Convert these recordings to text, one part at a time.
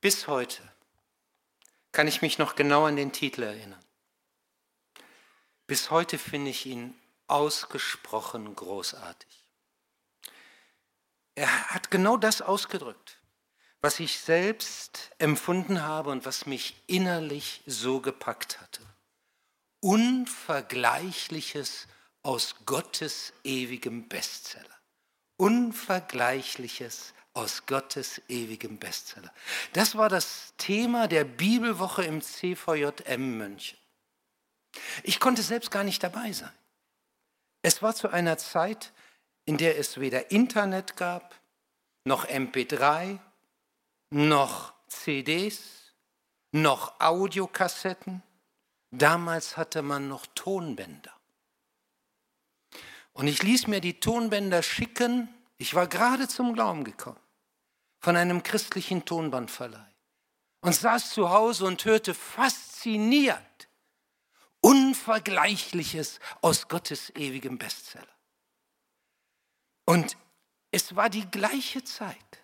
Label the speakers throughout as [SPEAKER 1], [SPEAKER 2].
[SPEAKER 1] Bis heute kann ich mich noch genau an den Titel erinnern. Bis heute finde ich ihn ausgesprochen großartig. Er hat genau das ausgedrückt, was ich selbst empfunden habe und was mich innerlich so gepackt hatte. Unvergleichliches aus Gottes ewigem Bestseller. Unvergleichliches aus Gottes ewigem Bestseller. Das war das Thema der Bibelwoche im CVJM München. Ich konnte selbst gar nicht dabei sein. Es war zu einer Zeit, in der es weder Internet gab, noch MP3, noch CDs, noch Audiokassetten. Damals hatte man noch Tonbänder. Und ich ließ mir die Tonbänder schicken. Ich war gerade zum Glauben gekommen, von einem christlichen Tonbandverleih. Und saß zu Hause und hörte fasziniert Unvergleichliches aus Gottes ewigem Bestseller. Und es war die gleiche Zeit,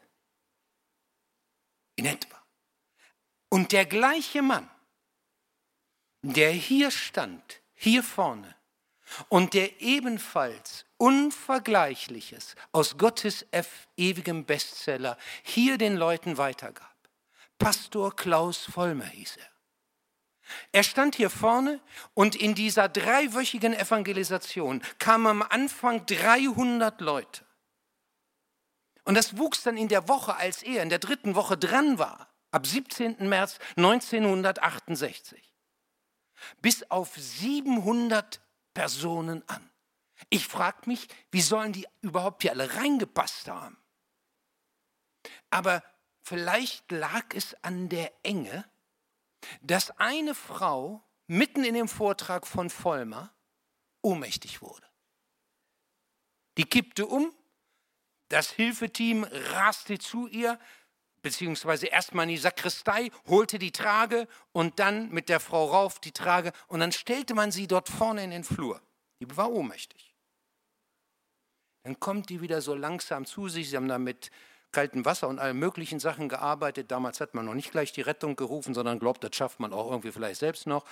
[SPEAKER 1] in etwa. Und der gleiche Mann, der hier stand, hier vorne, und der ebenfalls Unvergleichliches aus Gottes ewigem Bestseller hier den Leuten weitergab. Pastor Klaus Vollmer hieß er. Er stand hier vorne und in dieser 3-wöchigen Evangelisation kamen am Anfang 300 Leute. Und das wuchs dann in der Woche, als er in der 3. Woche dran war, ab 17. März 1968, bis auf 700 Personen an. Ich frage mich, wie sollen die überhaupt hier alle reingepasst haben? Aber vielleicht lag es an der Enge, dass eine Frau mitten in dem Vortrag von Vollmer ohnmächtig wurde. Die kippte um, das Hilfeteam raste zu ihr, beziehungsweise erstmal in die Sakristei, holte die Trage und dann mit der Frau rauf die Trage und dann stellte man sie dort vorne in den Flur. Die war ohnmächtig. Dann kommt die wieder so langsam zu sich, sie haben da mit kaltem Wasser und allen möglichen Sachen gearbeitet. Damals hat man noch nicht gleich die Rettung gerufen, sondern glaubt, das schafft man auch irgendwie vielleicht selbst noch.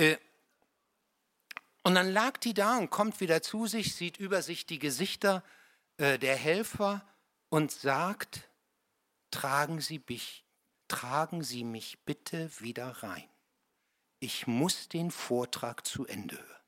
[SPEAKER 1] Und dann lag die da und kommt wieder zu sich, sieht über sich die Gesichter der Helfer und sagt: Tragen Sie mich bitte wieder rein. Ich muss den Vortrag zu Ende hören.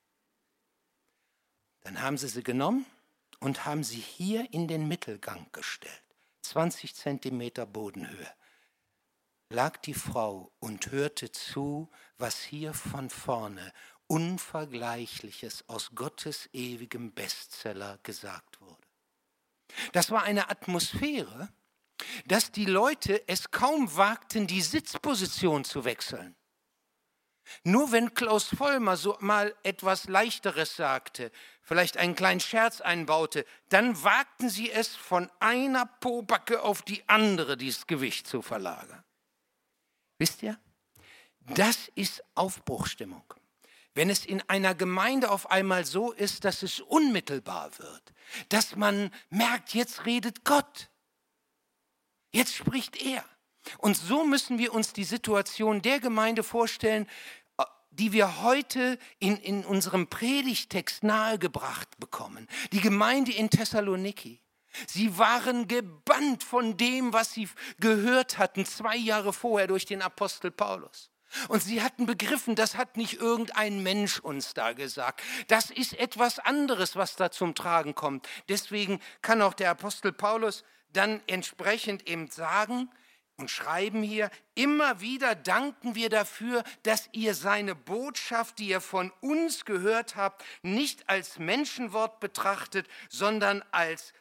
[SPEAKER 1] Dann haben sie genommen und haben sie hier in den Mittelgang gestellt. 20 Zentimeter Bodenhöhe. Lag die Frau und hörte zu, was hier von vorne Unvergleichliches aus Gottes ewigem Bestseller gesagt wurde. Das war eine Atmosphäre, dass die Leute es kaum wagten, die Sitzposition zu wechseln. Nur wenn Klaus Vollmer so mal etwas Leichteres sagte, vielleicht einen kleinen Scherz einbaute, dann wagten sie es, von einer Pobacke auf die andere dieses Gewicht zu verlagern. Wisst ihr, das ist Aufbruchsstimmung. Wenn es in einer Gemeinde auf einmal so ist, dass es unmittelbar wird, dass man merkt, jetzt redet Gott. Jetzt spricht er. Und so müssen wir uns die Situation der Gemeinde vorstellen, die wir heute in unserem Predigtext nahegebracht bekommen. Die Gemeinde in Thessaloniki. Sie waren gebannt von dem, was sie gehört hatten 2 Jahre vorher durch den Apostel Paulus. Und sie hatten begriffen, das hat nicht irgendein Mensch uns da gesagt. Das ist etwas anderes, was da zum Tragen kommt. Deswegen kann auch der Apostel Paulus dann entsprechend eben sagen und schreiben hier: Immer wieder danken wir dafür, dass ihr seine Botschaft, die ihr von uns gehört habt, nicht als Menschenwort betrachtet, sondern als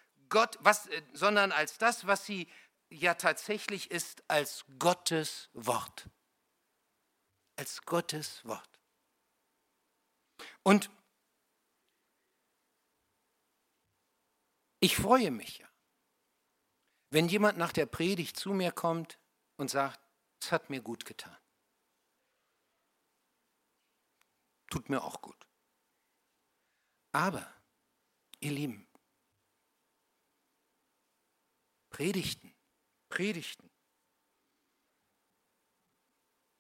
[SPEAKER 1] das, was sie ja tatsächlich ist, als Gottes Wort. Als Gottes Wort. Und ich freue mich ja, wenn jemand nach der Predigt zu mir kommt und sagt: Es hat mir gut getan. Tut mir auch gut. Aber, ihr Lieben, Predigten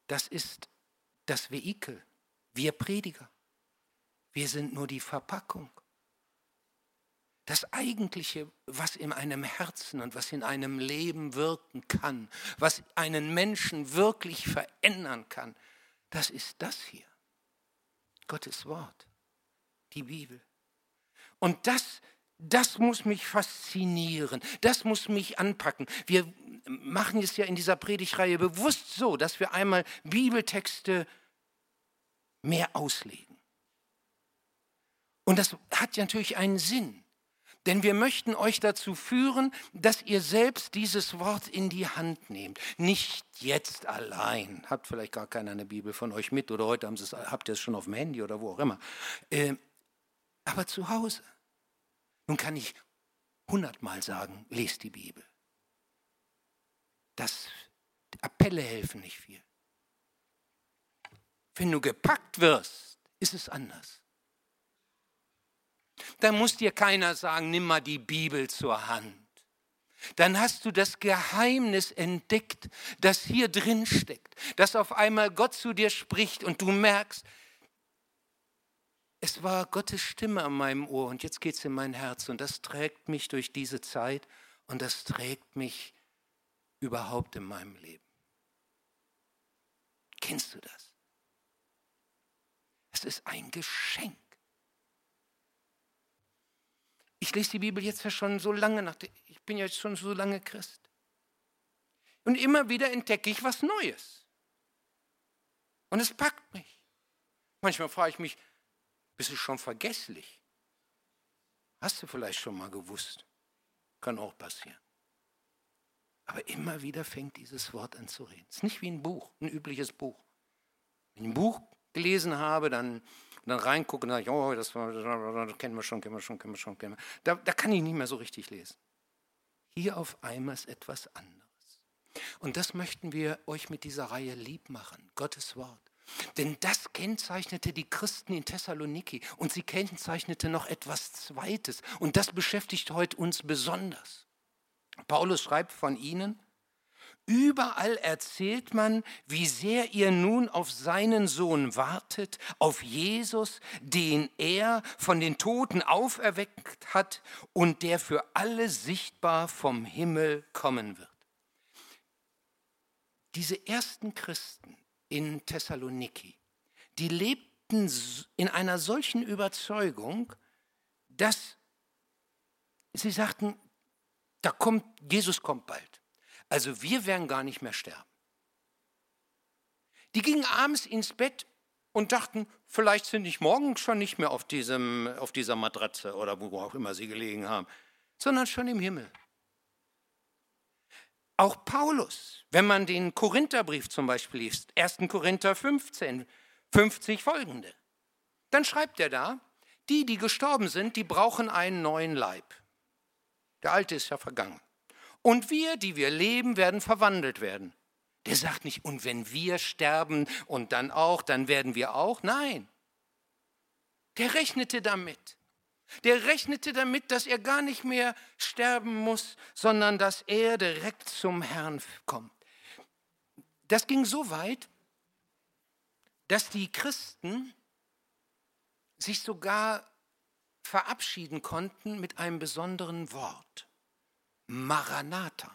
[SPEAKER 1] das ist das Vehikel. Wir Prediger. Wir sind nur die Verpackung. Das Eigentliche, was in einem Herzen und was in einem Leben wirken kann, was einen Menschen wirklich verändern kann, das ist das hier. Gottes Wort, die Bibel. Und das muss mich faszinieren, das muss mich anpacken. Wir machen es ja in dieser Predigtreihe bewusst so, dass wir einmal Bibeltexte mehr auslegen. Und das hat natürlich einen Sinn. Denn wir möchten euch dazu führen, dass ihr selbst dieses Wort in die Hand nehmt. Nicht jetzt allein. Habt vielleicht gar keiner eine Bibel von euch mit oder heute habt ihr es schon auf dem Handy oder wo auch immer. Aber zu Hause. Nun kann ich 100-mal sagen, lest die Bibel. Appelle helfen nicht viel. Wenn du gepackt wirst, ist es anders. Dann muss dir keiner sagen, nimm mal die Bibel zur Hand. Dann hast du das Geheimnis entdeckt, das hier drin steckt, dass auf einmal Gott zu dir spricht und du merkst, es war Gottes Stimme an meinem Ohr und jetzt geht es in mein Herz und das trägt mich durch diese Zeit und das trägt mich überhaupt in meinem Leben. Kennst du das? Es ist ein Geschenk. Ich lese die Bibel jetzt ja schon so lange, ich bin jetzt schon so lange Christ. Und immer wieder entdecke ich was Neues. Und es packt mich. Manchmal frage ich mich, bist du schon vergesslich? Hast du vielleicht schon mal gewusst? Kann auch passieren. Aber immer wieder fängt dieses Wort an zu reden. Es ist nicht wie ein Buch, ein übliches Buch. Wenn ich ein Buch gelesen habe, dann reingucke und sage, oh, das kennen wir schon. Da kann ich nicht mehr so richtig lesen. Hier auf einmal ist etwas anderes. Und das möchten wir euch mit dieser Reihe lieb machen, Gottes Wort. Denn das kennzeichnete die Christen in Thessaloniki und sie kennzeichnete noch etwas Zweites. Und das beschäftigt heute uns besonders. Paulus schreibt von ihnen, überall erzählt man, wie sehr ihr nun auf seinen Sohn wartet, auf Jesus, den er von den Toten auferweckt hat und der für alle sichtbar vom Himmel kommen wird. Diese ersten Christen in Thessaloniki, die lebten in einer solchen Überzeugung, dass sie sagten, Jesus kommt bald. Also wir werden gar nicht mehr sterben. Die gingen abends ins Bett und dachten, vielleicht sind ich morgen schon nicht mehr auf dieser Matratze oder wo auch immer sie gelegen haben, sondern schon im Himmel. Auch Paulus, wenn man den Korintherbrief zum Beispiel liest, 1. Korinther 15, 50 folgende, dann schreibt er da, die gestorben sind, die brauchen einen neuen Leib. Der alte ist ja vergangen. Und wir, die wir leben, werden verwandelt werden. Der sagt nicht, und wenn wir sterben und dann werden wir auch. Nein, der rechnete damit. Der rechnete damit, dass er gar nicht mehr sterben muss, sondern dass er direkt zum Herrn kommt. Das ging so weit, dass die Christen sich sogar verabschieden konnten mit einem besonderen Wort. Maranatha.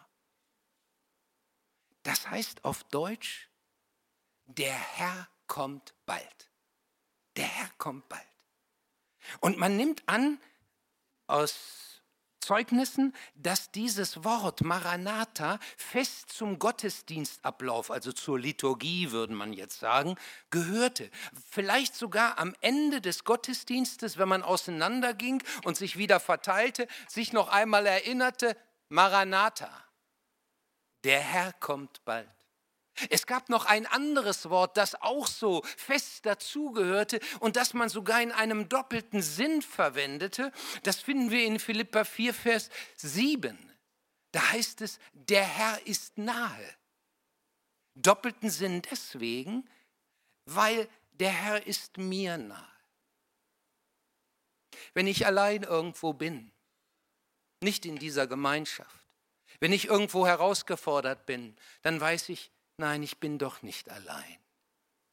[SPEAKER 1] Das heißt auf Deutsch, der Herr kommt bald. Der Herr kommt bald. Und man nimmt an aus Zeugnissen, dass dieses Wort Maranatha fest zum Gottesdienstablauf, also zur Liturgie, würde man jetzt sagen, gehörte. Vielleicht sogar am Ende des Gottesdienstes, wenn man auseinanderging und sich wieder verteilte, sich noch einmal erinnerte, Maranatha, der Herr kommt bald. Es gab noch ein anderes Wort, das auch so fest dazugehörte und das man sogar in einem doppelten Sinn verwendete. Das finden wir in Philipper 4, Vers 7. Da heißt es, der Herr ist nahe. Doppelten Sinn deswegen, weil der Herr ist mir nahe. Wenn ich allein irgendwo bin, nicht in dieser Gemeinschaft, wenn ich irgendwo herausgefordert bin, dann weiß ich, nein, ich bin doch nicht allein.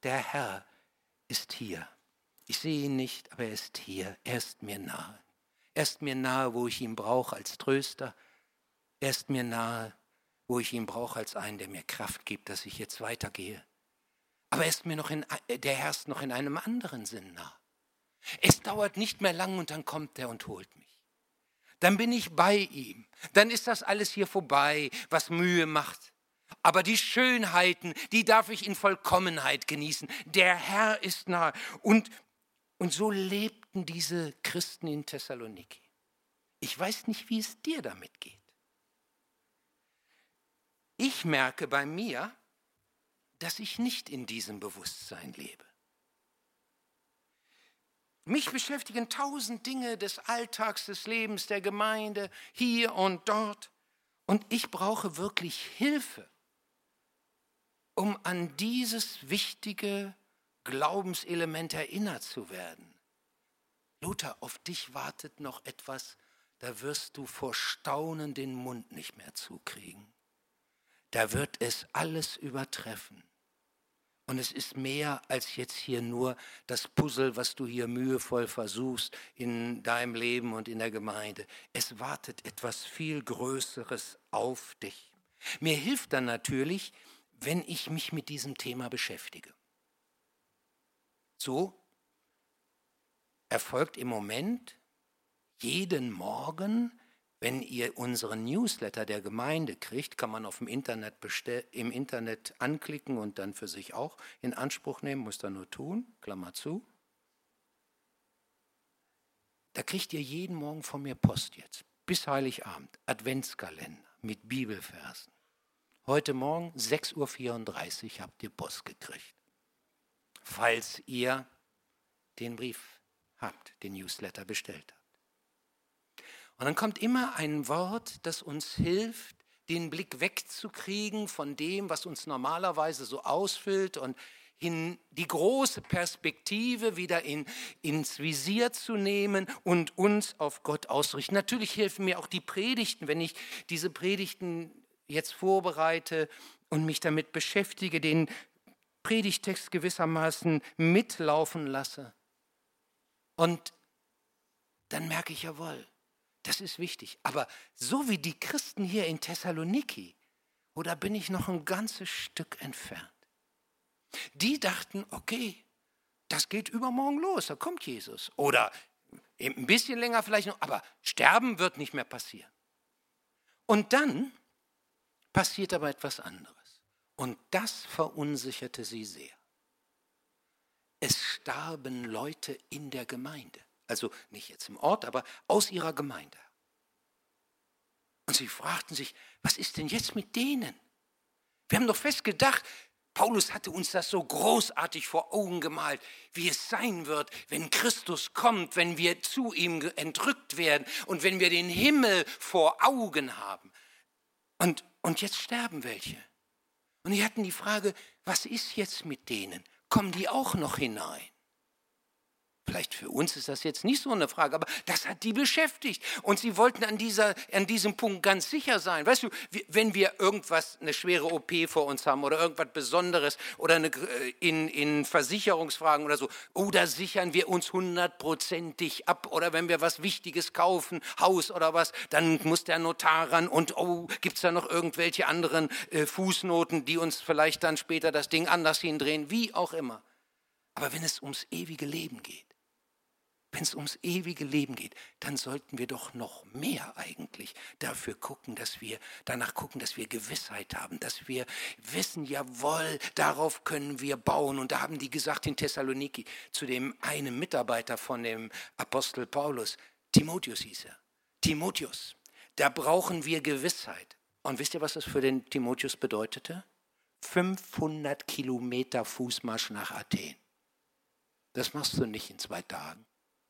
[SPEAKER 1] der Herr ist hier. Ich sehe ihn nicht, aber er ist hier. Er ist mir nahe. Er ist mir nahe, wo ich ihn brauche als Tröster. Er ist mir nahe, wo ich ihn brauche als einen, der mir Kraft gibt, dass ich jetzt weitergehe. Aber der Herr ist noch in einem anderen Sinn nah. Es dauert nicht mehr lang und dann kommt er und holt mich. Dann bin ich bei ihm. Dann ist das alles hier vorbei, was Mühe macht. Aber die Schönheiten, die darf ich in Vollkommenheit genießen. Der Herr ist nahe. Und so lebten diese Christen in Thessaloniki. Ich weiß nicht, wie es dir damit geht. Ich merke bei mir, dass ich nicht in diesem Bewusstsein lebe. Mich beschäftigen 1000 Dinge des Alltags, des Lebens, der Gemeinde, hier und dort. Und ich brauche wirklich Hilfe, um an dieses wichtige Glaubenselement erinnert zu werden. Luther, auf dich wartet noch etwas, da wirst du vor Staunen den Mund nicht mehr zukriegen. Da wird es alles übertreffen. Und es ist mehr als jetzt hier nur das Puzzle, was du hier mühevoll versuchst in deinem Leben und in der Gemeinde. Es wartet etwas viel Größeres auf dich. Mir hilft dann natürlich, wenn ich mich mit diesem Thema beschäftige. So erfolgt im Moment jeden Morgen, wenn ihr unseren Newsletter der Gemeinde kriegt, kann man auf dem im Internet anklicken und dann für sich auch in Anspruch nehmen, muss dann nur tun, Klammer zu. Da kriegt ihr jeden Morgen von mir Post jetzt, bis Heiligabend, mit Bibelversen. Heute Morgen 6:34 Uhr habt ihr Post gekriegt. Falls ihr den Brief habt, den Newsletter bestellt habt. Und dann kommt immer ein Wort, das uns hilft, den Blick wegzukriegen von dem, was uns normalerweise so ausfüllt und in die große Perspektive wieder ins Visier zu nehmen und uns auf Gott auszurichten. Natürlich helfen mir auch die Predigten, wenn ich diese Predigten jetzt vorbereite und mich damit beschäftige, den Predigtext gewissermaßen mitlaufen lasse. Und dann merke ich, jawohl, das ist wichtig. Aber so wie die Christen hier in Thessaloniki, da bin ich noch ein ganzes Stück entfernt. Die dachten, okay, das geht übermorgen los, da kommt Jesus. Oder ein bisschen länger vielleicht noch, aber sterben wird nicht mehr passieren. Und dann passiert aber etwas anderes. Und das verunsicherte sie sehr. Es starben Leute in der Gemeinde. Also nicht jetzt im Ort, aber aus ihrer Gemeinde. Und sie fragten sich, was ist denn jetzt mit denen? Wir haben doch fest gedacht, Paulus hatte uns das so großartig vor Augen gemalt, wie es sein wird, wenn Christus kommt, wenn wir zu ihm entrückt werden und wenn wir den Himmel vor Augen haben. Und jetzt sterben welche. Und die hatten die Frage, was ist jetzt mit denen? Kommen die auch noch hinein? Vielleicht für uns ist das jetzt nicht so eine Frage, aber das hat die beschäftigt. Und sie wollten an diesem Punkt ganz sicher sein. Weißt du, wenn wir eine schwere OP vor uns haben oder irgendwas Besonderes oder in Versicherungsfragen oder so, da sichern wir uns 100%ig ab. Oder wenn wir was Wichtiges kaufen, Haus oder was, dann muss der Notar ran und gibt es da noch irgendwelche anderen Fußnoten, die uns vielleicht dann später das Ding anders hindrehen, wie auch immer. Aber wenn es ums ewige Leben geht, dann sollten wir doch noch mehr eigentlich danach gucken, dass wir Gewissheit haben, dass wir wissen, jawohl, darauf können wir bauen. Und da haben die gesagt in Thessaloniki zu dem einen Mitarbeiter von dem Apostel Paulus, Timotheus hieß er, Timotheus, da brauchen wir Gewissheit. Und wisst ihr, was das für den Timotheus bedeutete? 500 Kilometer Fußmarsch nach Athen. Das machst du nicht in 2 Tagen.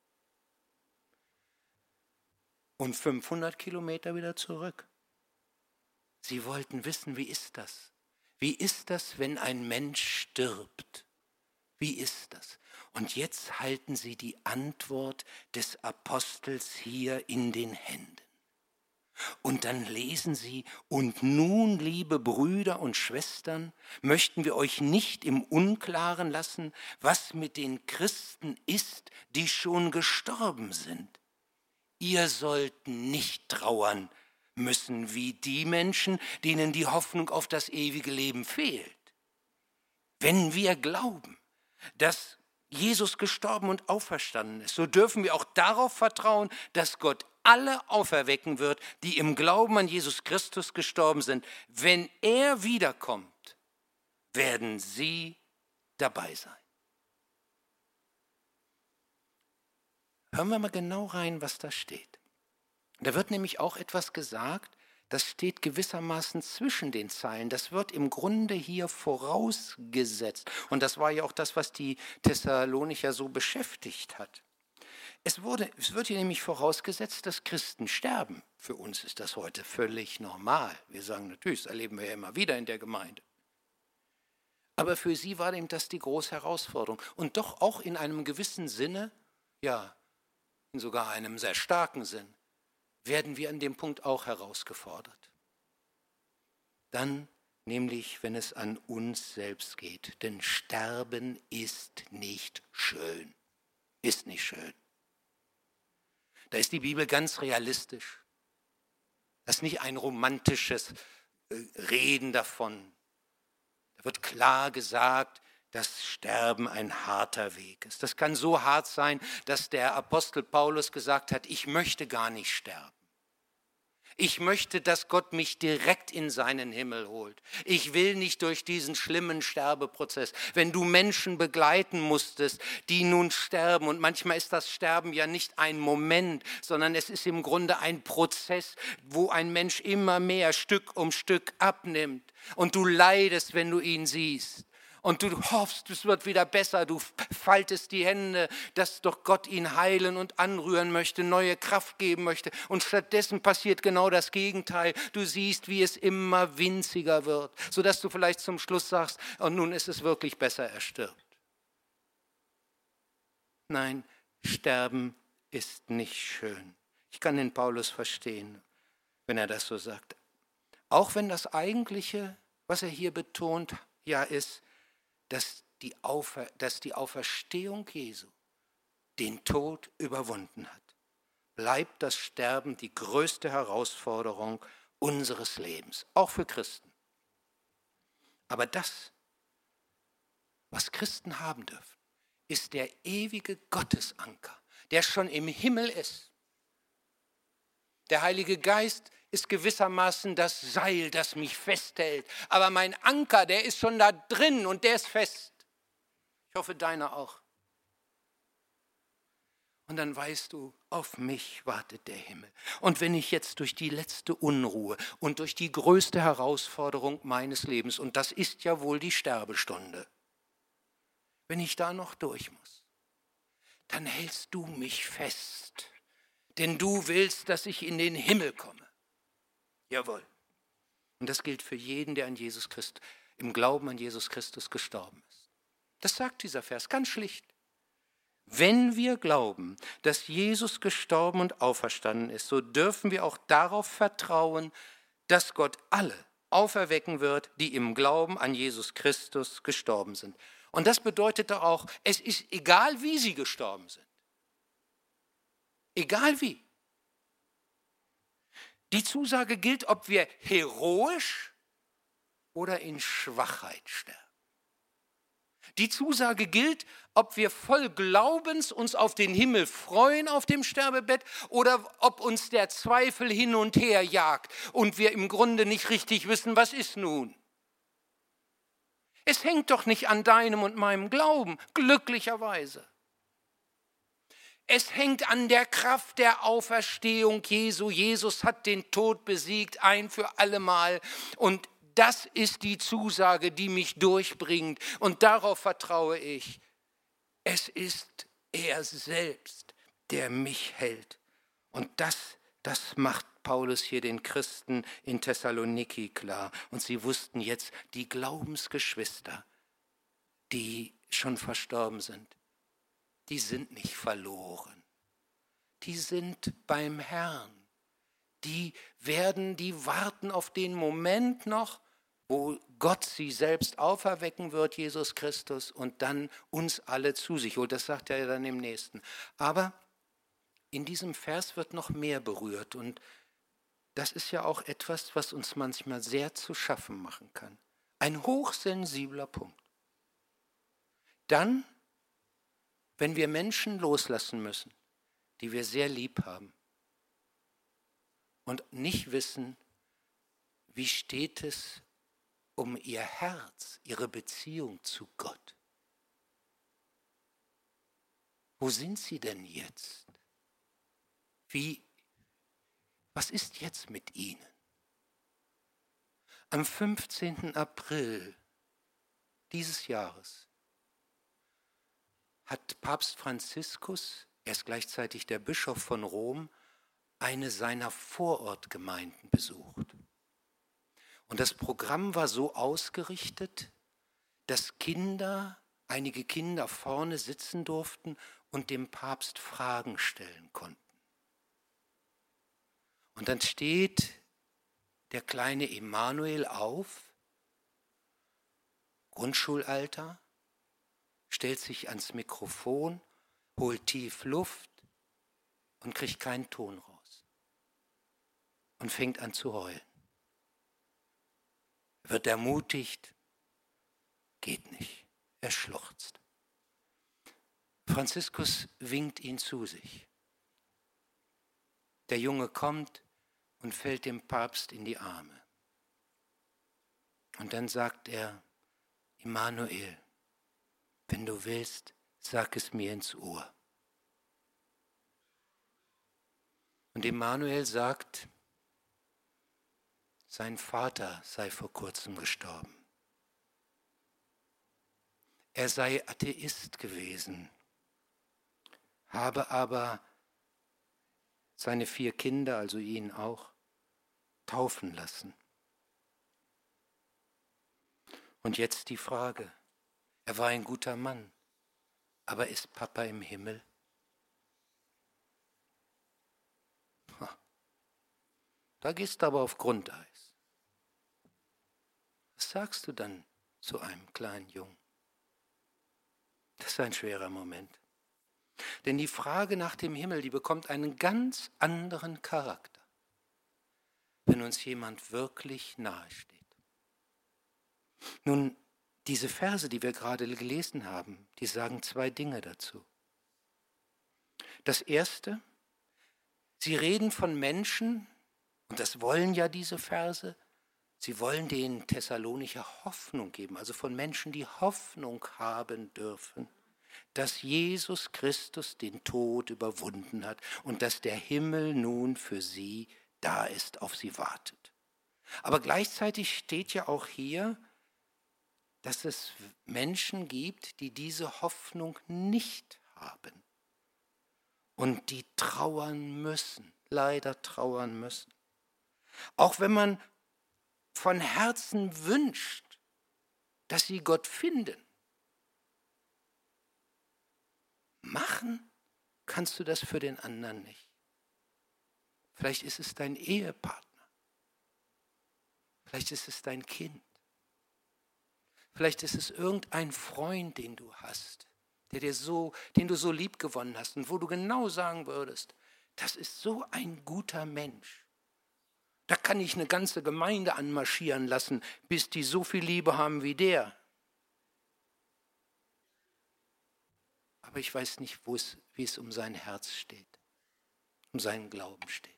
[SPEAKER 1] Und 500 Kilometer wieder zurück. Sie wollten wissen, wie ist das? Wie ist das, wenn ein Mensch stirbt? Wie ist das? Und jetzt halten sie die Antwort des Apostels hier in den Händen. Und dann lesen sie, und nun, liebe Brüder und Schwestern, möchten wir euch nicht im Unklaren lassen, was mit den Christen ist, die schon gestorben sind. Ihr sollt nicht trauern müssen wie die Menschen, denen die Hoffnung auf das ewige Leben fehlt. Wenn wir glauben, dass Jesus gestorben und auferstanden ist, so dürfen wir auch darauf vertrauen, dass Gott alle auferwecken wird, die im Glauben an Jesus Christus gestorben sind. Wenn er wiederkommt, werden sie dabei sein. Hören wir mal genau rein, was da steht. Da wird nämlich auch etwas gesagt, das steht gewissermaßen zwischen den Zeilen. Das wird im Grunde hier vorausgesetzt. Und das war ja auch das, was die Thessalonicher so beschäftigt hat. Es wird hier nämlich vorausgesetzt, dass Christen sterben. Für uns ist das heute völlig normal. Wir sagen natürlich, das erleben wir ja immer wieder in der Gemeinde. Aber für sie war eben das die große Herausforderung. Und doch auch in einem gewissen Sinne, ja, in sogar einem sehr starken Sinn, werden wir an dem Punkt auch herausgefordert. Dann nämlich, wenn es an uns selbst geht. Denn Sterben ist nicht schön. Ist nicht schön. Da ist die Bibel ganz realistisch. Das ist nicht ein romantisches Reden davon. Da wird klar gesagt, dass Sterben ein harter Weg ist. Das kann so hart sein, dass der Apostel Paulus gesagt hat, ich möchte gar nicht sterben. Ich möchte, dass Gott mich direkt in seinen Himmel holt. Ich will nicht durch diesen schlimmen Sterbeprozess. Wenn du Menschen begleiten musstest, die nun sterben, und manchmal ist das Sterben ja nicht ein Moment, sondern es ist im Grunde ein Prozess, wo ein Mensch immer mehr Stück um Stück abnimmt. Und du leidest, wenn du ihn siehst. Und du hoffst, es wird wieder besser, du faltest die Hände, dass doch Gott ihn heilen und anrühren möchte, neue Kraft geben möchte. Und stattdessen passiert genau das Gegenteil. Du siehst, wie es immer winziger wird, sodass du vielleicht zum Schluss sagst, und nun ist es wirklich besser, er stirbt. Nein, Sterben ist nicht schön. Ich kann den Paulus verstehen, wenn er das so sagt. Auch wenn das Eigentliche, was er hier betont, ja ist, dass die Auferstehung Jesu den Tod überwunden hat, bleibt das Sterben die größte Herausforderung unseres Lebens, auch für Christen. Aber das, was Christen haben dürfen, ist der ewige Gottesanker, der schon im Himmel ist. Der Heilige Geist ist gewissermaßen das Seil, das mich festhält. Aber mein Anker, der ist schon da drin und der ist fest. Ich hoffe, deiner auch. Und dann weißt du, auf mich wartet der Himmel. Und wenn ich jetzt durch die letzte Unruhe und durch die größte Herausforderung meines Lebens, und das ist ja wohl die Sterbestunde, wenn ich da noch durch muss, dann hältst du mich fest. Denn du willst, dass ich in den Himmel komme. Jawohl. Und das gilt für jeden, der an Jesus Christus, im Glauben an Jesus Christus gestorben ist. Das sagt dieser Vers ganz schlicht. Wenn wir glauben, dass Jesus gestorben und auferstanden ist, so dürfen wir auch darauf vertrauen, dass Gott alle auferwecken wird, die im Glauben an Jesus Christus gestorben sind. Und das bedeutet doch auch, es ist egal, wie sie gestorben sind. Egal wie. Die Zusage gilt, ob wir heroisch oder in Schwachheit sterben. Die Zusage gilt, ob wir voll Glaubens uns auf den Himmel freuen auf dem Sterbebett oder ob uns der Zweifel hin und her jagt und wir im Grunde nicht richtig wissen, was ist nun. Es hängt doch nicht an deinem und meinem Glauben, glücklicherweise. Es hängt an der Kraft der Auferstehung Jesu. Jesus hat den Tod besiegt, ein für allemal. Und das ist die Zusage, die mich durchbringt. Und darauf vertraue ich. Es ist er selbst, der mich hält. Und das macht Paulus hier den Christen in Thessaloniki klar. Und sie wussten jetzt, die Glaubensgeschwister, die schon verstorben sind, die sind nicht verloren. Die sind beim Herrn. die warten auf den Moment noch, wo Gott sie selbst auferwecken wird, Jesus Christus, und dann uns alle zu sich holt. Das sagt er ja dann im nächsten. Aber in diesem Vers wird noch mehr berührt und das ist ja auch etwas, was uns manchmal sehr zu schaffen machen kann. Ein hochsensibler Punkt. Dann, wenn wir Menschen loslassen müssen, die wir sehr lieb haben und nicht wissen, wie steht es um ihr Herz, ihre Beziehung zu Gott. Wo sind sie denn jetzt? Was ist jetzt mit ihnen? Am 15. April dieses Jahres hat Papst Franziskus, er ist gleichzeitig der Bischof von Rom, eine seiner Vorortgemeinden besucht. Und das Programm war so ausgerichtet, dass einige Kinder vorne sitzen durften und dem Papst Fragen stellen konnten. Und dann steht der kleine Emanuel auf, Grundschulalter, stellt sich ans Mikrofon, holt tief Luft und kriegt keinen Ton raus und fängt an zu heulen. Wird ermutigt, geht nicht, er schluchzt. Franziskus winkt ihn zu sich. Der Junge kommt und fällt dem Papst in die Arme. Und dann sagt er, Emanuel, wenn du willst, sag es mir ins Ohr. Und Emanuel sagt, sein Vater sei vor kurzem gestorben. Er sei Atheist gewesen, habe aber seine 4 Kinder, also ihn auch, taufen lassen. Und jetzt die Frage, er war ein guter Mann, aber ist Papa im Himmel? Da gehst du aber auf Grundeis. Was sagst du dann zu einem kleinen Jungen? Das ist ein schwerer Moment. Denn die Frage nach dem Himmel, die bekommt einen ganz anderen Charakter, wenn uns jemand wirklich nahesteht. Nun, diese Verse, die wir gerade gelesen haben, die sagen 2 Dinge dazu. Das erste, sie reden von Menschen, und das wollen ja diese Verse, sie wollen den Thessalonicher Hoffnung geben, also von Menschen, die Hoffnung haben dürfen, dass Jesus Christus den Tod überwunden hat und dass der Himmel nun für sie da ist, auf sie wartet. Aber gleichzeitig steht ja auch hier, dass es Menschen gibt, die diese Hoffnung nicht haben und die trauern müssen, leider trauern müssen. Auch wenn man von Herzen wünscht, dass sie Gott finden. Machen kannst du das für den anderen nicht. Vielleicht ist es dein Ehepartner. Vielleicht ist es dein Kind. Vielleicht ist es irgendein Freund, den du hast, den du so lieb gewonnen hast und wo du genau sagen würdest, das ist so ein guter Mensch. Da kann ich eine ganze Gemeinde anmarschieren lassen, bis die so viel Liebe haben wie der. Aber ich weiß nicht, wie es um sein Herz steht, um seinen Glauben steht.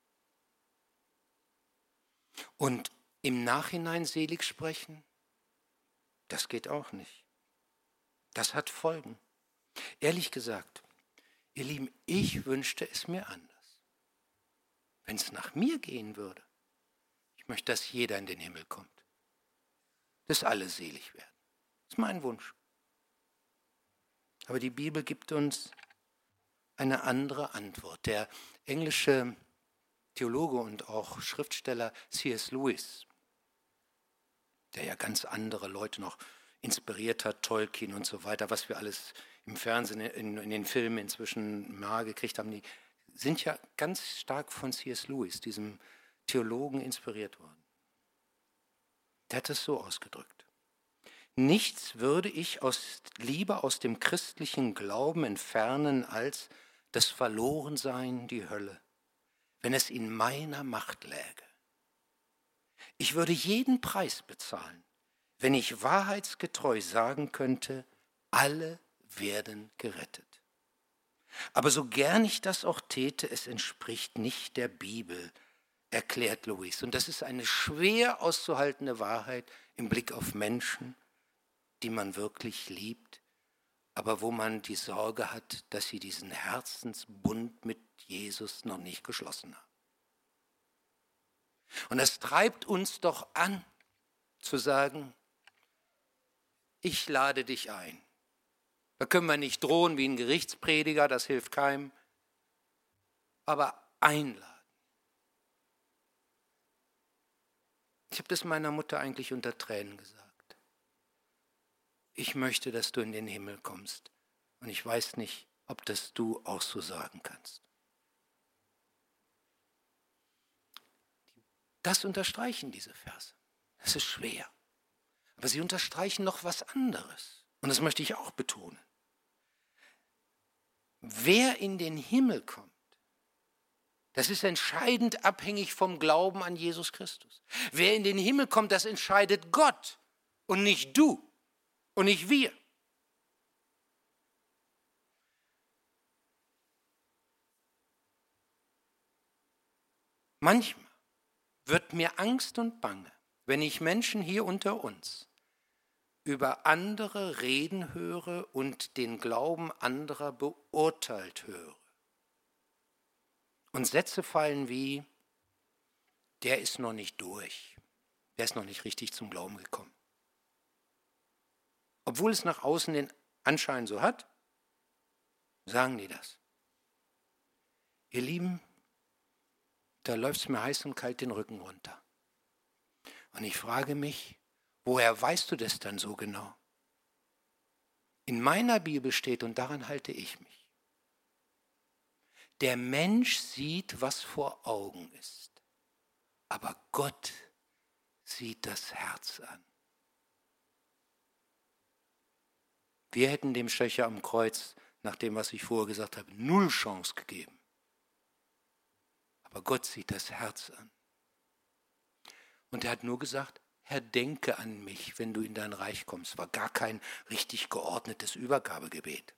[SPEAKER 1] Und im Nachhinein selig sprechen, das geht auch nicht. Das hat Folgen. Ehrlich gesagt, ihr Lieben, ich wünschte es mir anders. Wenn es nach mir gehen würde, ich möchte, dass jeder in den Himmel kommt. Dass alle selig werden. Das ist mein Wunsch. Aber die Bibel gibt uns eine andere Antwort. Der englische Theologe und auch Schriftsteller C.S. Lewis, der ja ganz andere Leute noch inspiriert hat, Tolkien und so weiter, was wir alles im Fernsehen, in den Filmen inzwischen mal gekriegt haben, die sind ja ganz stark von C.S. Lewis, diesem Theologen, inspiriert worden. Der hat es so ausgedrückt: Nichts würde ich lieber aus dem christlichen Glauben entfernen als das Verlorensein, die Hölle, wenn es in meiner Macht läge. Ich würde jeden Preis bezahlen, wenn ich wahrheitsgetreu sagen könnte, alle werden gerettet. Aber so gern ich das auch täte, es entspricht nicht der Bibel, erklärt Lewis. Und das ist eine schwer auszuhaltende Wahrheit im Blick auf Menschen, die man wirklich liebt, aber wo man die Sorge hat, dass sie diesen Herzensbund mit Jesus noch nicht geschlossen haben. Und das treibt uns doch an, zu sagen, ich lade dich ein. Da können wir nicht drohen wie ein Gerichtsprediger, das hilft keinem, aber einladen. Ich habe das meiner Mutter eigentlich unter Tränen gesagt. Ich möchte, dass du in den Himmel kommst. Und ich weiß nicht, ob das du auch so sagen kannst. Das unterstreichen diese Verse. Es ist schwer. Aber sie unterstreichen noch was anderes. Und das möchte ich auch betonen. Wer in den Himmel kommt, das ist entscheidend abhängig vom Glauben an Jesus Christus. Wer in den Himmel kommt, das entscheidet Gott und nicht du und nicht wir. Manchmal wird mir Angst und Bange, wenn ich Menschen hier unter uns über andere reden höre und den Glauben anderer beurteilt höre. Und Sätze fallen wie, der ist noch nicht durch, der ist noch nicht richtig zum Glauben gekommen. Obwohl es nach außen den Anschein so hat, sagen die das. Ihr Lieben, da läuft es mir heiß und kalt den Rücken runter. Und ich frage mich, woher weißt du das dann so genau? In meiner Bibel steht, und daran halte ich mich, der Mensch sieht, was vor Augen ist, aber Gott sieht das Herz an. Wir hätten dem Stecher am Kreuz, nach dem, was ich vorher gesagt habe, 0 Chance gegeben. Aber Gott sieht das Herz an. Und er hat nur gesagt, Herr, denke an mich, wenn du in dein Reich kommst. War gar kein richtig geordnetes Übergabegebet.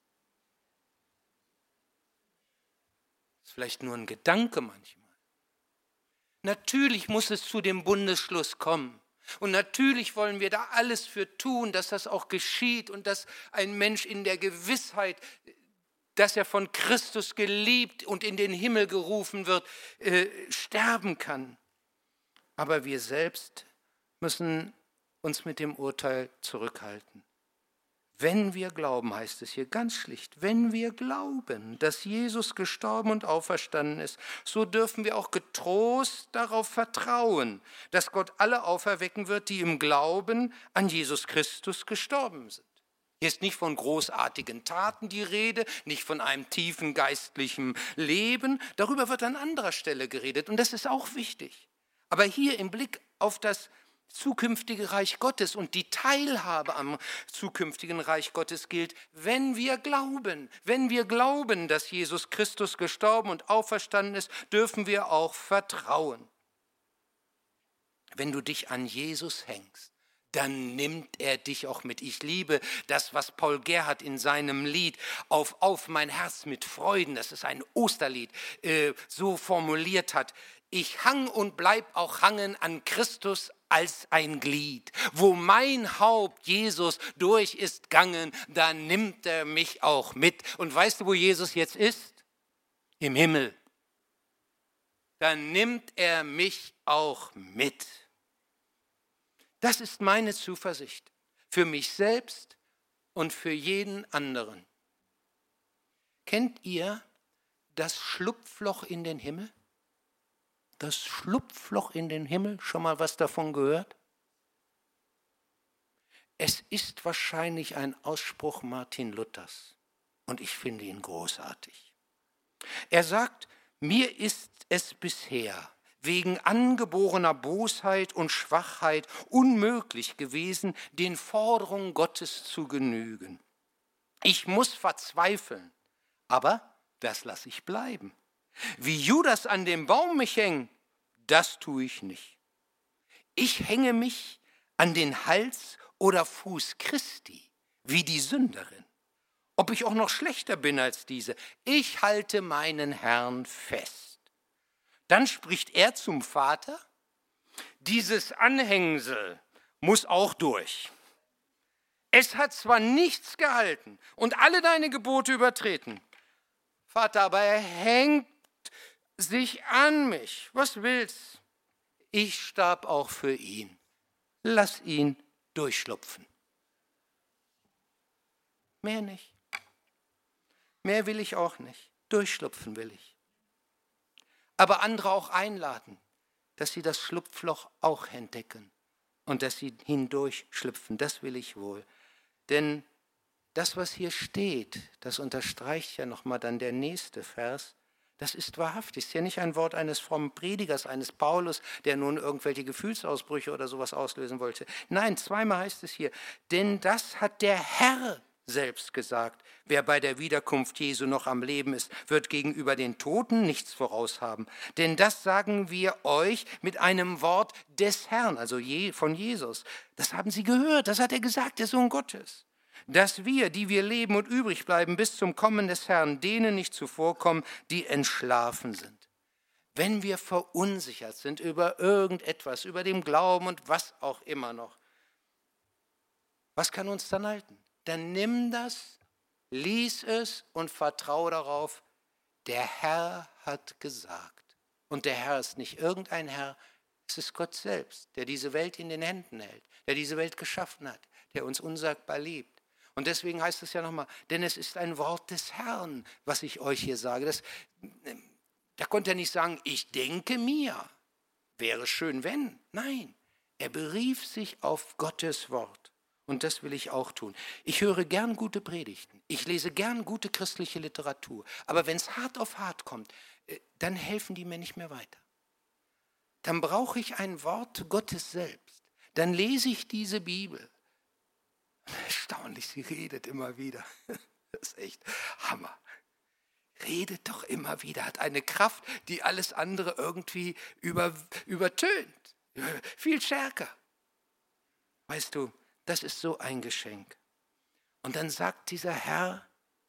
[SPEAKER 1] Das ist vielleicht nur ein Gedanke manchmal. Natürlich muss es zu dem Bundesschluss kommen. Und natürlich wollen wir da alles für tun, dass das auch geschieht und dass ein Mensch in der Gewissheit, dass er von Christus geliebt und in den Himmel gerufen wird, sterben kann. Aber wir selbst müssen uns mit dem Urteil zurückhalten. Wenn wir glauben, heißt es hier ganz schlicht, wenn wir glauben, dass Jesus gestorben und auferstanden ist, so dürfen wir auch getrost darauf vertrauen, dass Gott alle auferwecken wird, die im Glauben an Jesus Christus gestorben sind. Hier ist nicht von großartigen Taten die Rede, nicht von einem tiefen geistlichen Leben. Darüber wird an anderer Stelle geredet und das ist auch wichtig. Aber hier im Blick auf das zukünftige Reich Gottes und die Teilhabe am zukünftigen Reich Gottes gilt, wenn wir glauben, dass Jesus Christus gestorben und auferstanden ist, dürfen wir auch vertrauen. Wenn du dich an Jesus hängst, dann nimmt er dich auch mit. Ich liebe das, was Paul Gerhardt in seinem Lied auf mein Herz mit Freuden, das ist ein Osterlied, so formuliert hat. Ich hang und bleib auch hangen an Christus als ein Glied. Wo mein Haupt Jesus durch ist gangen, da nimmt er mich auch mit. Und weißt du, wo Jesus jetzt ist? Im Himmel. Da nimmt er mich auch mit. Das ist meine Zuversicht für mich selbst und für jeden anderen. Kennt ihr das Schlupfloch in den Himmel? Das Schlupfloch in den Himmel, schon mal was davon gehört? Es ist wahrscheinlich ein Ausspruch Martin Luthers und ich finde ihn großartig. Er sagt, mir ist es bisher wegen angeborener Bosheit und Schwachheit unmöglich gewesen, den Forderungen Gottes zu genügen. Ich muss verzweifeln, aber das lasse ich bleiben. Wie Judas an dem Baum mich hängt, das tue ich nicht. Ich hänge mich an den Hals oder Fuß Christi, wie die Sünderin. Ob ich auch noch schlechter bin als diese, ich halte meinen Herrn fest. Dann spricht er zum Vater, dieses Anhängsel muss auch durch. Es hat zwar nichts gehalten und alle deine Gebote übertreten, Vater, aber er hängt sich an mich. Was willst? Ich starb auch für ihn. Lass ihn durchschlupfen. Mehr nicht. Mehr will ich auch nicht. Durchschlupfen will ich. Aber andere auch einladen, dass sie das Schlupfloch auch entdecken und dass sie hindurchschlüpfen. Das will ich wohl. Denn das, was hier steht, das unterstreicht ja nochmal dann der nächste Vers, das ist wahrhaftig. Es ist ja nicht ein Wort eines frommen Predigers, eines Paulus, der nun irgendwelche Gefühlsausbrüche oder sowas auslösen wollte. Nein, zweimal heißt es hier, denn das hat der Herr selbst gesagt. Wer bei der Wiederkunft Jesu noch am Leben ist, wird gegenüber den Toten nichts voraushaben. Denn das sagen wir euch mit einem Wort des Herrn, also von Jesus. Das haben sie gehört, das hat er gesagt, der Sohn Gottes. Dass wir, die wir leben und übrig bleiben bis zum Kommen des Herrn, denen nicht zuvorkommen, die entschlafen sind. Wenn wir verunsichert sind über irgendetwas, über den Glauben und was auch immer noch, was kann uns dann halten? Dann nimm das, lies es und vertraue darauf, der Herr hat gesagt. Und der Herr ist nicht irgendein Herr, es ist Gott selbst, der diese Welt in den Händen hält, der diese Welt geschaffen hat, der uns unsagbar liebt. Und deswegen heißt es ja nochmal, denn es ist ein Wort des Herrn, was ich euch hier sage. Da konnte er nicht sagen, ich denke mir, wäre schön, wenn. Nein, er berief sich auf Gottes Wort. Und das will ich auch tun. Ich höre gern gute Predigten. Ich lese gern gute christliche Literatur. Aber wenn es hart auf hart kommt, dann helfen die mir nicht mehr weiter. Dann brauche ich ein Wort Gottes selbst. Dann lese ich diese Bibel. Erstaunlich, sie redet immer wieder. Das ist echt Hammer. Redet doch immer wieder, hat eine Kraft, die alles andere irgendwie übertönt. Viel stärker. Weißt du, das ist so ein Geschenk. Und dann sagt dieser Herr,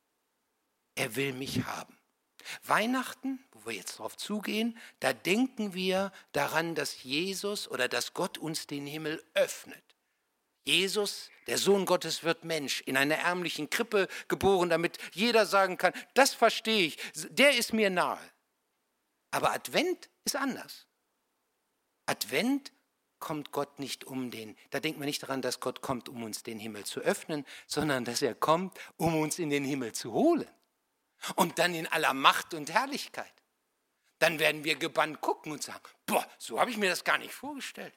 [SPEAKER 1] er will mich haben. Weihnachten, wo wir jetzt drauf zugehen, da denken wir daran, dass Jesus oder dass Gott uns den Himmel öffnet. Jesus, der Sohn Gottes, wird Mensch, in einer ärmlichen Krippe geboren, damit jeder sagen kann, das verstehe ich, der ist mir nahe. Aber Advent ist anders. Advent kommt Gott nicht da denken wir nicht daran, dass Gott kommt, um uns den Himmel zu öffnen, sondern dass er kommt, um uns in den Himmel zu holen. Und dann in aller Macht und Herrlichkeit. Dann werden wir gebannt gucken und sagen, boah, so habe ich mir das gar nicht vorgestellt.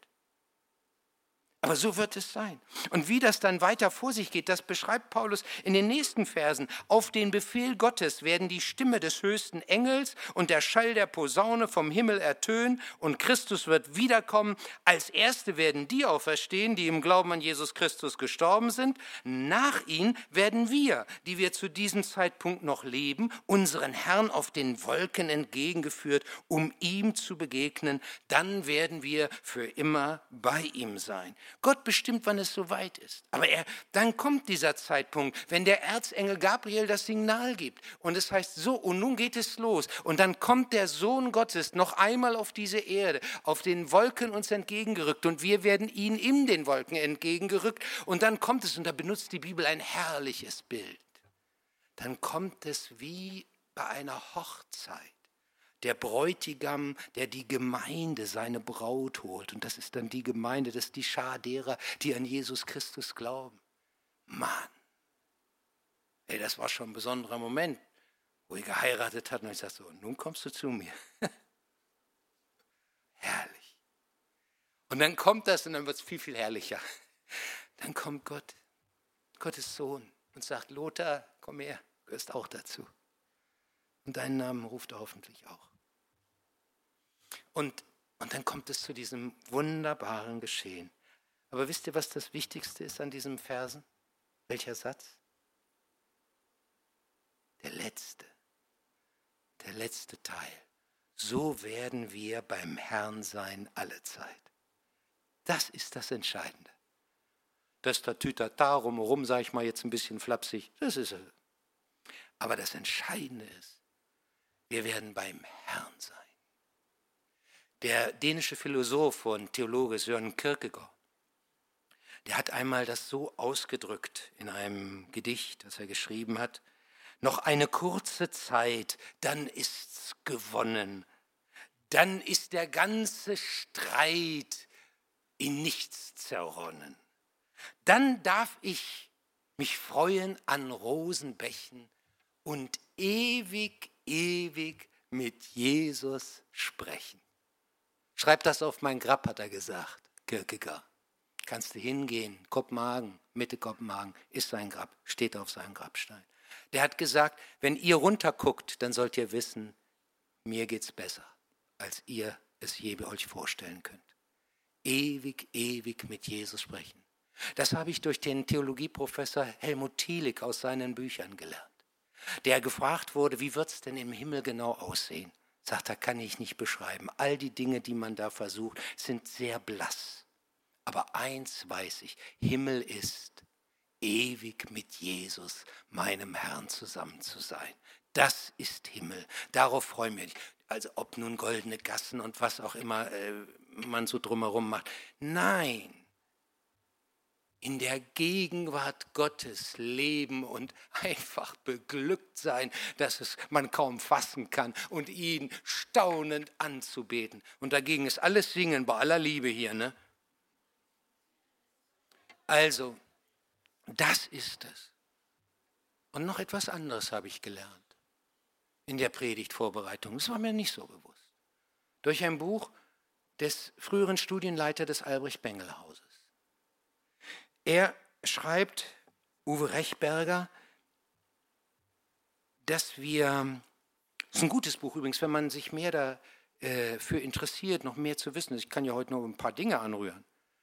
[SPEAKER 1] Aber so wird es sein. Und wie das dann weiter vor sich geht, das beschreibt Paulus in den nächsten Versen. Auf den Befehl Gottes werden die Stimme des höchsten Engels und der Schall der Posaune vom Himmel ertönen und Christus wird wiederkommen. Als Erste werden die auferstehen, die im Glauben an Jesus Christus gestorben sind. Nach ihnen werden wir, die wir zu diesem Zeitpunkt noch leben, unseren Herrn auf den Wolken entgegengeführt, um ihm zu begegnen. Dann werden wir für immer bei ihm sein. Gott bestimmt, wann es soweit ist. Aber dann kommt dieser Zeitpunkt, wenn der Erzengel Gabriel das Signal gibt. Und es heißt so, und nun geht es los. Und dann kommt der Sohn Gottes noch einmal auf diese Erde, auf den Wolken uns entgegengerückt. Und wir werden ihn in den Wolken entgegengerückt. Und dann kommt es, und da benutzt die Bibel ein herrliches Bild. Dann kommt es wie bei einer Hochzeit. Der Bräutigam, der die Gemeinde, seine Braut holt. Und das ist dann die Gemeinde, das ist die Schar derer, die an Jesus Christus glauben. Mann, das war schon ein besonderer Moment, wo ich geheiratet hat. Und ich sagte so, nun kommst du zu mir. Herrlich. Und dann kommt das und dann wird es viel, viel herrlicher. Dann kommt Gott, Gottes Sohn und sagt, Lothar, komm her, gehörst auch dazu. Und deinen Namen ruft er hoffentlich auch. Und dann kommt es zu diesem wunderbaren Geschehen. Aber wisst ihr, was das Wichtigste ist an diesen Versen? Welcher Satz? Der letzte Teil. So werden wir beim Herrn sein alle Zeit. Das ist das Entscheidende. Das Tatütata rumherum, sage ich mal jetzt ein bisschen flapsig, das ist es. Aber das Entscheidende ist, wir werden beim Herrn sein. Der dänische Philosoph und Theologe Søren Kierkegaard, der hat einmal das so ausgedrückt in einem Gedicht, das er geschrieben hat: Noch eine kurze Zeit, dann ist's gewonnen. Dann ist der ganze Streit in nichts zerronnen. Dann darf ich mich freuen an Rosenbächen und ewig, ewig mit Jesus sprechen. Schreib das auf mein Grab, hat er gesagt, Kierkegaard. Kannst du hingehen, Kopenhagen, Mitte Kopenhagen, ist sein Grab, steht auf seinem Grabstein. Der hat gesagt, wenn ihr runterguckt, dann sollt ihr wissen, mir geht's besser, als ihr es je euch vorstellen könnt. Ewig, ewig mit Jesus sprechen. Das habe ich durch den Theologieprofessor Helmut Thielik aus seinen Büchern gelernt. Der gefragt wurde, wie wird es denn im Himmel genau aussehen? Sagt er, kann ich nicht beschreiben. All die Dinge, die man da versucht, sind sehr blass. Aber eins weiß ich, Himmel ist, ewig mit Jesus, meinem Herrn, zusammen zu sein. Das ist Himmel. Darauf freuen wir uns. Also ob nun goldene Gassen und was auch immer man so drumherum macht. Nein. In der Gegenwart Gottes leben und einfach beglückt sein, dass es man kaum fassen kann und ihn staunend anzubeten. Und dagegen ist alles Singen bei aller Liebe hier, ne? Also, das ist es. Und noch etwas anderes habe ich gelernt in der Predigtvorbereitung. Das war mir nicht so bewusst. Durch ein Buch des früheren Studienleiters des Albrecht-Bengel-Hauses. Er schreibt, Uwe Rechberger, dass das ist ein gutes Buch übrigens, wenn man sich mehr dafür interessiert, noch mehr zu wissen. Ich kann ja heute nur ein paar Dinge anrühren.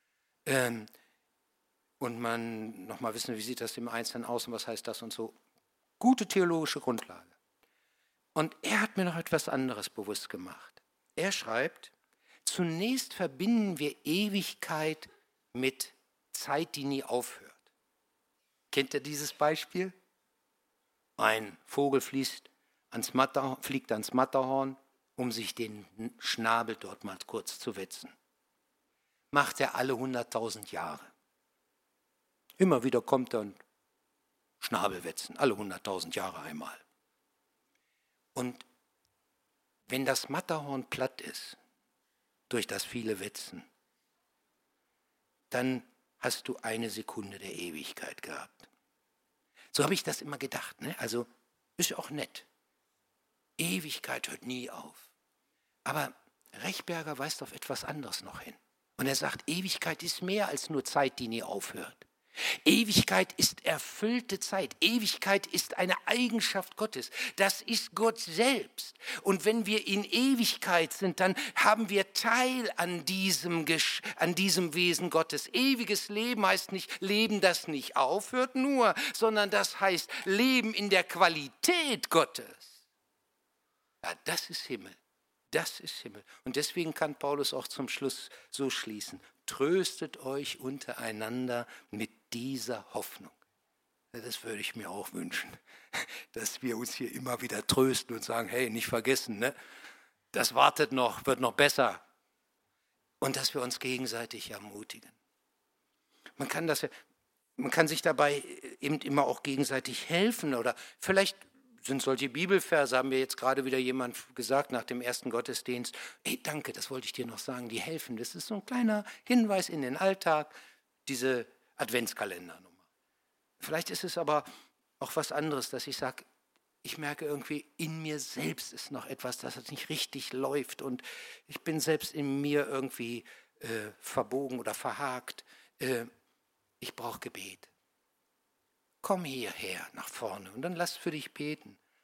[SPEAKER 1] Und man nochmal wissen, wie sieht das im Einzelnen aus und was heißt das und so. Gute theologische Grundlage. Und er hat mir noch etwas anderes bewusst gemacht. Er schreibt, zunächst verbinden wir Ewigkeit mit Zeit, die nie aufhört. Kennt ihr dieses Beispiel? Ein Vogel fliegt ans Matterhorn, um sich den Schnabel dort mal kurz zu wetzen. Macht er alle 100.000 Jahre. Immer wieder kommt er und Schnabelwetzen, alle 100.000 Jahre einmal. Und wenn das Matterhorn platt ist, durch das viele Wetzen, dann hast du eine Sekunde der Ewigkeit gehabt. So habe ich das immer gedacht. Ne? Also ist auch nett. Ewigkeit hört nie auf. Aber Rechberger weist auf etwas anderes noch hin. Und er sagt, Ewigkeit ist mehr als nur Zeit, die nie aufhört. Ewigkeit ist erfüllte Zeit. Ewigkeit ist eine Eigenschaft Gottes. Das ist Gott selbst. Und wenn wir in Ewigkeit sind, dann haben wir Teil an diesem Wesen Gottes. Ewiges Leben heißt nicht Leben, das nicht aufhört nur, sondern das heißt Leben in der Qualität Gottes. Ja, das ist Himmel. Das ist Himmel. Und deswegen kann Paulus auch zum Schluss so schließen. Tröstet euch untereinander mit dieser Hoffnung. Das würde ich mir auch wünschen, dass wir uns hier immer wieder trösten und sagen, hey, nicht vergessen, ne? Das wartet noch, wird noch besser. Und dass wir uns gegenseitig ermutigen. Man kann sich dabei eben immer auch gegenseitig helfen oder vielleicht sind solche Bibelverse, haben mir jetzt gerade wieder jemand gesagt nach dem ersten Gottesdienst, hey, danke, das wollte ich dir noch sagen, die helfen. Das ist so ein kleiner Hinweis in den Alltag, diese Adventskalendernummer. Vielleicht ist es aber auch was anderes, dass ich sage, ich merke irgendwie, in mir selbst ist noch etwas, das nicht richtig läuft und ich bin selbst in mir irgendwie verbogen oder verhakt. Ich brauche Gebet. Komm hierher nach vorne und dann lass für dich beten.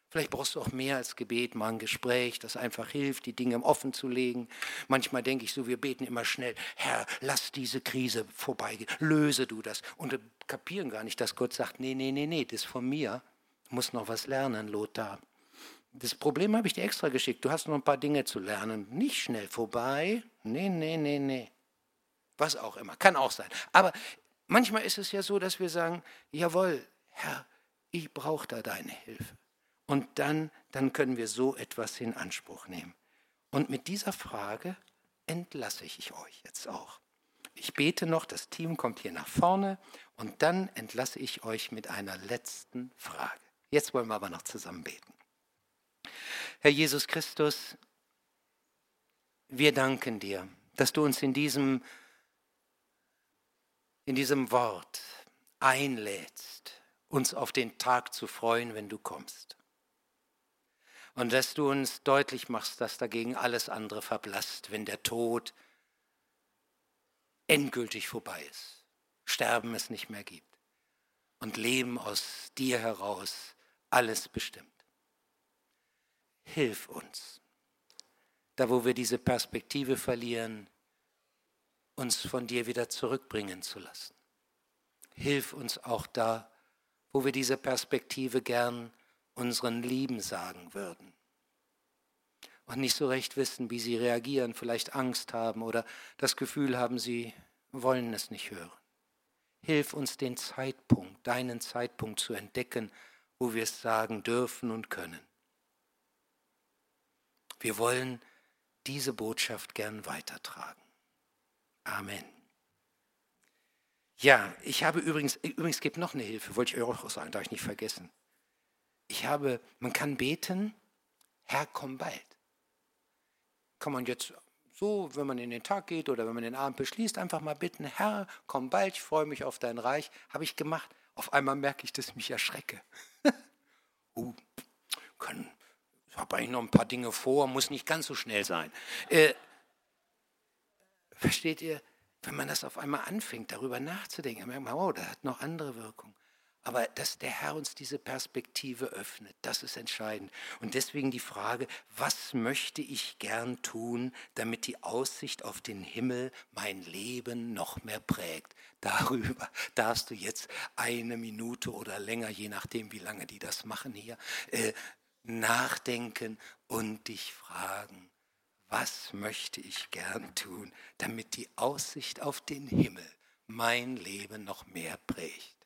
[SPEAKER 1] Vielleicht brauchst du auch mehr als Gebet, mal ein Gespräch, das einfach hilft, die Dinge offen zu legen. Manchmal denke ich so, wir beten immer schnell, Herr, lass diese Krise vorbeigehen, löse du das. Und wir kapieren gar nicht, dass Gott sagt, nee, das ist von mir. Du musst noch was lernen, Lothar. Das Problem habe ich dir extra geschickt, du hast noch ein paar Dinge zu lernen. Nicht schnell vorbei, nee. Was auch immer, kann auch sein. Aber manchmal ist es ja so, dass wir sagen, jawohl, Herr, ich brauche da deine Hilfe. Und dann können wir so etwas in Anspruch nehmen. Und mit dieser Frage entlasse ich euch jetzt auch. Ich bete noch, das Team kommt hier nach vorne und dann entlasse ich euch mit einer letzten Frage. Jetzt wollen wir aber noch zusammen beten. Herr Jesus Christus, wir danken dir, dass du uns in diesem Wort einlädst, uns auf den Tag zu freuen, wenn du kommst. Und dass du uns deutlich machst, dass dagegen alles andere verblasst, wenn der Tod endgültig vorbei ist, Sterben es nicht mehr gibt und Leben aus dir heraus alles bestimmt. Hilf uns, da wo wir diese Perspektive verlieren, uns von dir wieder zurückbringen zu lassen. Hilf uns auch da, wo wir diese Perspektive gern unseren Lieben sagen würden und nicht so recht wissen, wie sie reagieren, vielleicht Angst haben oder das Gefühl haben, sie wollen es nicht hören. Hilf uns den Zeitpunkt, deinen Zeitpunkt zu entdecken, wo wir es sagen dürfen und können. Wir wollen diese Botschaft gern weitertragen. Amen. Ja, ich habe übrigens gibt noch eine Hilfe, wollte ich euch auch sagen, darf ich nicht vergessen. Man kann beten, Herr, komm bald. Kann man jetzt so, wenn man in den Tag geht oder wenn man den Abend beschließt, einfach mal bitten, Herr, komm bald, ich freue mich auf dein Reich. Habe ich gemacht. Auf einmal merke ich, dass ich mich erschrecke. Ich habe eigentlich noch ein paar Dinge vor, muss nicht ganz so schnell sein. Versteht ihr? Wenn man das auf einmal anfängt, darüber nachzudenken, dann merkt man, oh, das hat noch andere Wirkung. Aber dass der Herr uns diese Perspektive öffnet, das ist entscheidend. Und deswegen die Frage, was möchte ich gern tun, damit die Aussicht auf den Himmel mein Leben noch mehr prägt? Darüber darfst du jetzt 1 Minute oder länger, je nachdem, wie lange die das machen hier, nachdenken und dich fragen, was möchte ich gern tun, damit die Aussicht auf den Himmel mein Leben noch mehr prägt?